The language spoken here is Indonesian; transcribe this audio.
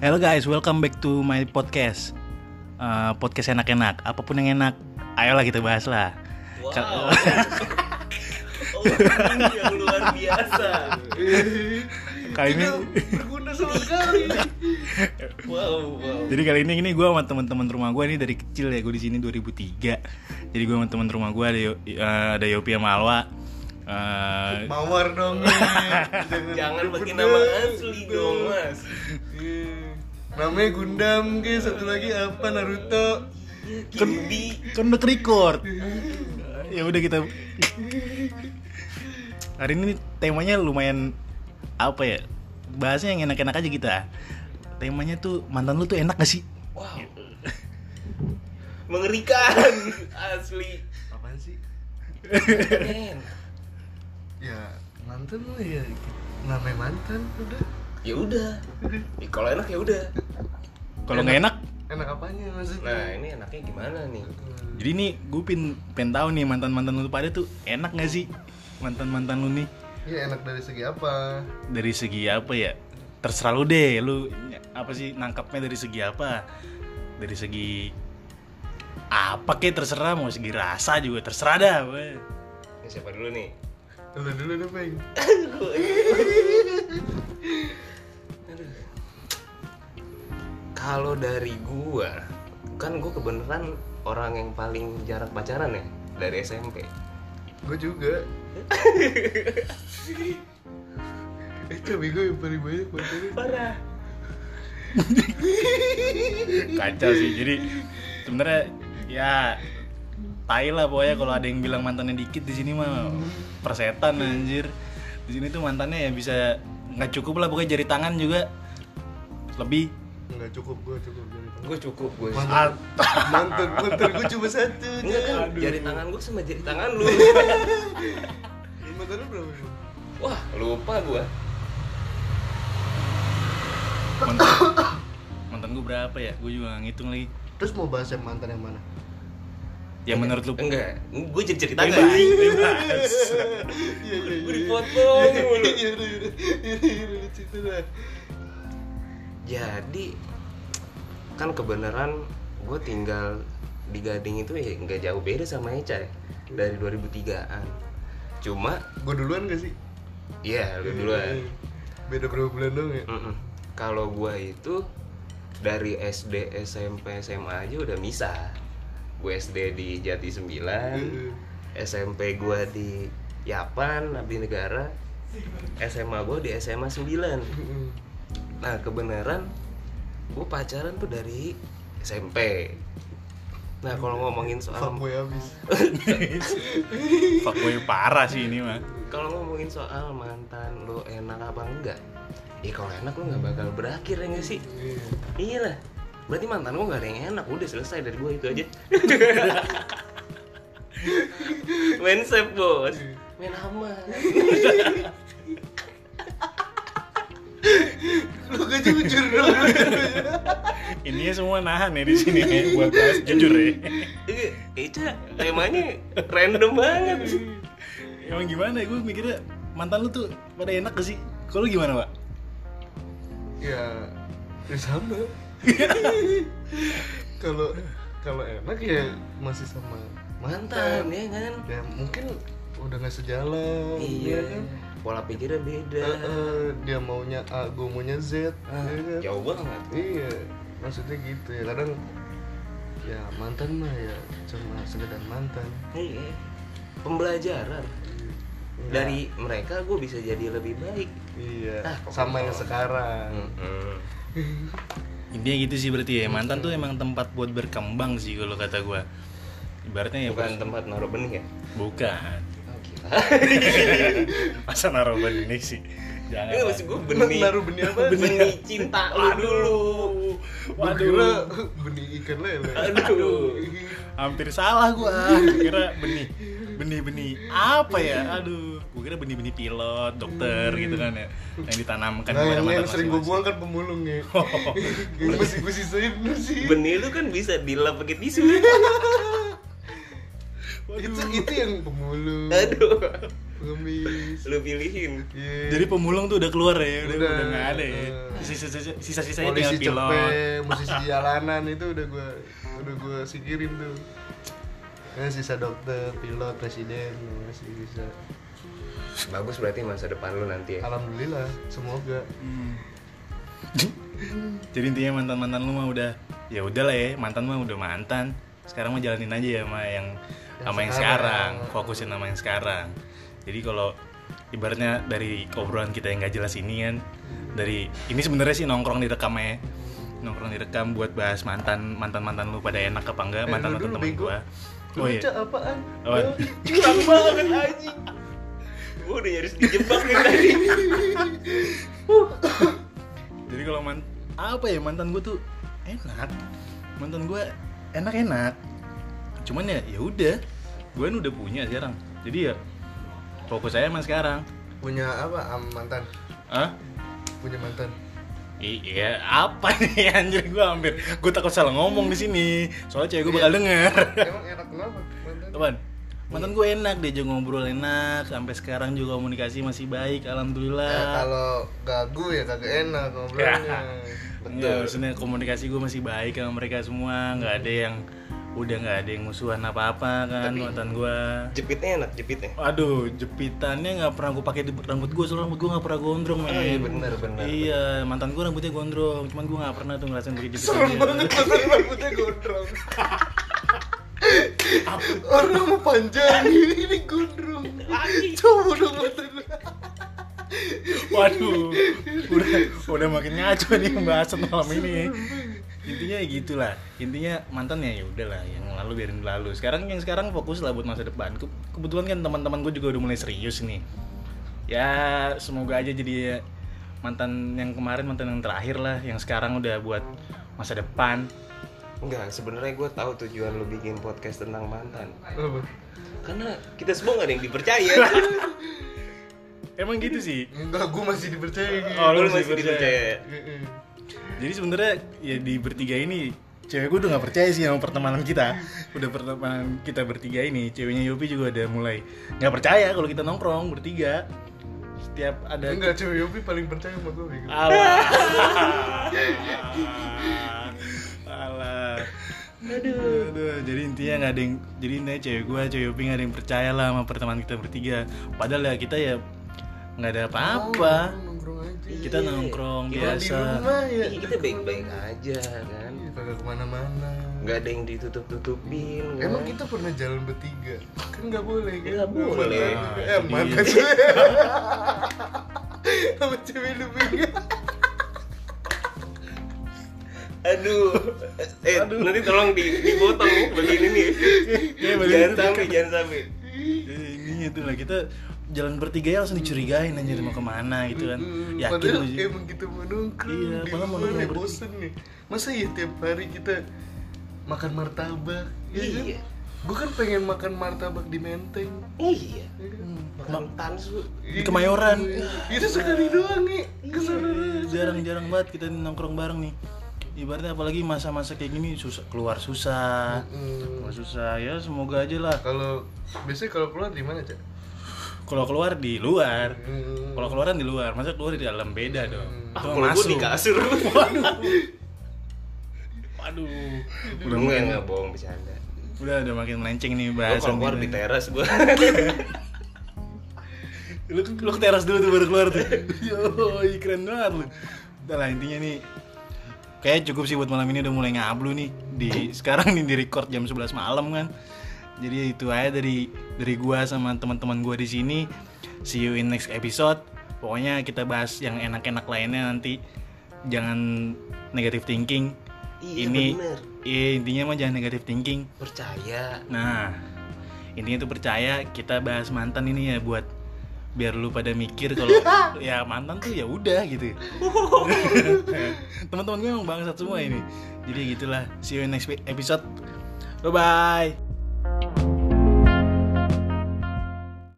Hello guys, welcome back to my podcast. Podcast enak-enak, apapun yang enak, ayolah kita bahas lah. Wow. Yang luar biasa. Kali ini Berguna sekali. Wow. Jadi kali ini gue sama teman-teman rumah gue ini dari kecil ya, gue di sini 2003. Jadi gue sama teman rumah gue ada Yopi sama Alwa. Mawar dong. Jangan pakai nama asli dong, Mas. Namanya Gundam, guys. Satu lagi apa? Naruto. Kimbi. Kan udah record. Ya udah kita. Hari ini temanya lumayan apa ya? Bahasnya yang enak-enak aja kita. Temanya tuh mantan lu tuh enak gak sih? Wow. Mengerikan asli. Apaan sih? Keren. Ya mantan lu ya. Namanya mantan udah. Ya udah. Kalau enak ya udah. Kalau nggak enak? Enak apanya maksudnya? Nah, ini enaknya gimana nih? Jadi nih gue pengen tahu nih mantan lu pada tuh enak gak sih? Mantan lu nih. Ya enak dari segi apa? Dari segi apa ya? Terserah lu deh, lu apa sih nangkapnya dari segi apa? Dari segi apa kek terserah, mau segi rasa juga terserah dah. Ini siapa dulu nih? Lu dulu deh, Peng. Kalau dari gua, kan gua kebenaran orang yang paling jarang pacaran ya dari SMP. Gue juga. Tapi gue yang paling banyak pacarnya. Parah. Kacau sih. Jadi sebenarnya ya tai lah pokoknya kalau ada yang bilang mantannya dikit di sini mah persetan anjir. Di sini tuh mantannya ya bisa nggak cukup lah, pokoknya jari tangan juga lebih. Enggak cukup, gue cukup jari tangan. Gue cukup gue. Mantan gue cuma satu. Enggak kan, jari tangan gue sama jari tangan lu. Mantan lu berapa? Wah, lupa gue. Mantan gue berapa ya? Gue juga nggak ngitung lagi. Terus mau bahas yang mantan yang mana? Ya menurut lu? Enggak, gue jadi cerita Bebas. Bebas. Gue dipotong mulu. Iya, cerita dah. Jadi kan kebenaran gue tinggal di Gading itu ya nggak jauh beda sama Eca ya, dari 2003-an. Cuma Gue duluan gak sih? iya lu duluan. Beda berapa bulan dong ya? Kalau gue itu dari SD, SMP, SMA aja udah misah. Gue SD di Jati 9, SMP gue di Yapan, Abdi Negara, SMA gue di SMA 9. Nah kebenaran gue pacaran tuh dari SMP. Nah kalau ngomongin soal Fuckboy abis. Fuckboy parah sih ini mah. Kalau ngomongin soal mantan lo enak apa enggak, ya kalau enak lo nggak bakal berakhir ya nggak sih? Iya lah. Berarti mantan gue nggak ada yang enak, udah selesai dari gue itu aja. Main safe bos, main aman. Lu gak jujur dong. Ininya semua nahan ya di sini ya, buat bahas jujur ya. Eca temanya random banget. Emang gimana ya, gue mikirnya mantan lu tuh pada enak gak sih? Kalau lu gimana, Pak? Ya sama. Kalau enak ya masih sama Mantan ya kan? Ya mungkin udah nggak sejalan. Iya ya kan? pola pikirnya beda. Dia maunya A, gue maunya Z. Ya kan? Jauh banget. Iya, maksudnya gitu ya. Kadang ya mantan mah ya cuma sekedar mantan. Iya. Pembelajaran dari mereka gue bisa jadi lebih baik. Iya. Ah, Sama yang sekarang. Intinya gitu sih berarti ya, mantan tuh emang tempat buat berkembang sih kalau kata gue. Ibaratnya ya Bukan tempat naruh benih ya? bukan. Oh gila. Masa naruh benih sih? Jangan. Ini maksud gue benih. Naruh benih apa? Benih cinta lu dulu. Gua kira benih ikan lele. Aduh. Hampir salah gue. Kira benih apa ya? Aduh, gue kira benih pilot, dokter gitu kan ya, yang ditanamkan Nah, kepada yang mata sering gue masing-masing. buang kan pemulung ya. Yang masih gue sisain sih. Benih lu kan bisa dilap pakai tisu. Itu yang pemulung. Aduh. pengemis. Lu pilihin. Iya. Jadi pemulung tuh udah keluar ya, udah nggak ada ya. Udah. Sisa-sisanya tinggal Polisi pilot. cepet, musisi jalanan itu udah gua singkirin tuh. Ya, sisa dokter, pilot, presiden masih bisa. Bagus berarti masa depan lu nanti ya. Alhamdulillah, semoga. Jadi intinya mantan-mantan lu mah udah, ya udahlah ya, mantan mah udah mantan. Sekarang mah jalanin aja ya sama yang sekarang, fokusin sama yang sekarang. Jadi kalau ibaratnya dari obrolan kita yang nggak jelas ini kan, dari ini sebenarnya sih nongkrong direkam ya, nongkrong direkam buat bahas mantan lu pada enak apa enggak, mantan lu dulu, teman bego. gua. Oh iya. Apaan? Apaan? Curang banget anjing. Gua udah nyaris dijebak nih tadi. Jadi kalau mantan gue tuh enak, mantan gue enak. Cuman ya udah, gue kan udah punya sekarang. Jadi ya fokus saya sama sekarang. Punya apa? Mantan? Hah? Punya mantan? Iya, apa nih anjir, gue takut salah ngomong di sini. Soalnya cewek gue bakal denger. Emang enak kenapa? Mantan? Apaan? Mantan gue enak, diajak ngobrol enak, sampai sekarang juga komunikasi masih baik, alhamdulillah. Ya kalau gagu ya kagak enak ngobrolnya. Betul. Maksudnya komunikasi gue masih baik sama mereka semua, nggak ada yang musuhan apa-apa kan. Tapi mantan gue. Jepitnya enak, jepitnya. Aduh, jepitannya nggak pernah gue pakai di rambut gue, soalnya rambut gue nggak pernah gondrong, men. Iya benar. Iya, mantan gue rambutnya gondrong, cuman gue nggak pernah tuh ngerasain pakai jepitan. Serem banget mantan rambutnya gondrong. Orang mau panjang ini gondrong. Coba dong mantan. Waduh, udah makin ngaco nih pembahasan malam ini. Intinya ya gitulah. Intinya mantan ya udahlah, yang lalu biarin lalu. Yang sekarang fokus lah buat masa depan. Kebetulan kan teman-teman gue juga udah mulai serius nih. Ya semoga aja jadi mantan yang kemarin, mantan yang terakhir lah. Yang sekarang udah buat masa depan. Enggak, sebenarnya gue tahu tujuan lu bikin podcast tentang mantan. Apa? Karena kita semua nggak ada yang dipercaya. Emang gitu sih. Enggak, gue masih dipercaya gitu. Oh, Lu lu masih dipercaya. Jadi sebenarnya ya di bertiga ini cewek gue udah nggak percaya sih sama pertemanan kita. Udah pertemanan kita bertiga ini, ceweknya Yopi juga udah mulai nggak percaya kalau kita nongkrong bertiga. Setiap ada Enggak, cewek Yopi paling percaya sama gue. Alah. Alah. Aduh. Jadi intinya nggak ada yang, jadi intinya cewek Yopi nggak ada yang percaya lah sama pertemanan kita bertiga. Padahal ya kita ya nggak ada apa-apa. Nongkrong aja. Kita nongkrong Di biasa. rumah ya. Kita baik-baik aja kan. Kagak kemana-mana. Nggak ada yang ditutup-tutupin kan? Emang kita pernah jalan bertiga? Kan nggak boleh kan? Nggak boleh. Mantan Iya. gue. Sama cewek lu pegang. Aduh. Nanti tolong dipotong nih bagian ini. Ya, bagian Jangan sampai. Ini itu lah, kita jalan bertiga ya langsung dicurigain anjir mau kemana gitu kan. Yakin Padahal aja. emang kita mau nongkrong. Iya, di padahal mau luar nongkrong ya, bosen nih. Masa ya tiap hari kita makan martabak? Ya kan? Iya. Gue kan pengen makan martabak di Menteng. Iya. Ya kan? Makan tansu. Di Kemayoran. Itu sekali doang nih. Kesana. Jarang-jarang banget kita nongkrong bareng nih. Ibaratnya apalagi masa-masa kayak gini keluar susah. Keluar susah ya, semoga aja lah. Kalau biasanya kalau keluar di mana, Cak? Kalau keluar di luar. Kalau keluaran di luar, masa keluar di dalam beda dong. Itu Kalau gue di kasur. Waduh. Udah nggak bohong bercanda. Udah makin melenceng nih Gue bahasan. keluar di teras gue. Lu ke teras dulu tuh baru keluar tuh. Yoi, keren banget lu. Udah lah intinya nih, kayak cukup sih buat malam ini, udah mulai ngablu nih. Sekarang nih di record jam 11 malam kan. Jadi itu aja dari gua sama teman-teman gua di sini. See you in next episode. Pokoknya kita bahas yang enak-enak lainnya nanti. Jangan negative thinking. Iya, Ini bener. intinya mah jangan negative thinking. Percaya. Nah, intinya tuh percaya. Kita bahas mantan ini ya buat biar lu pada mikir kalau ya mantan tuh ya udah gitu. Teman-teman gue emang bangsat semua ini. Jadi gitulah. See you in next episode. Bye bye.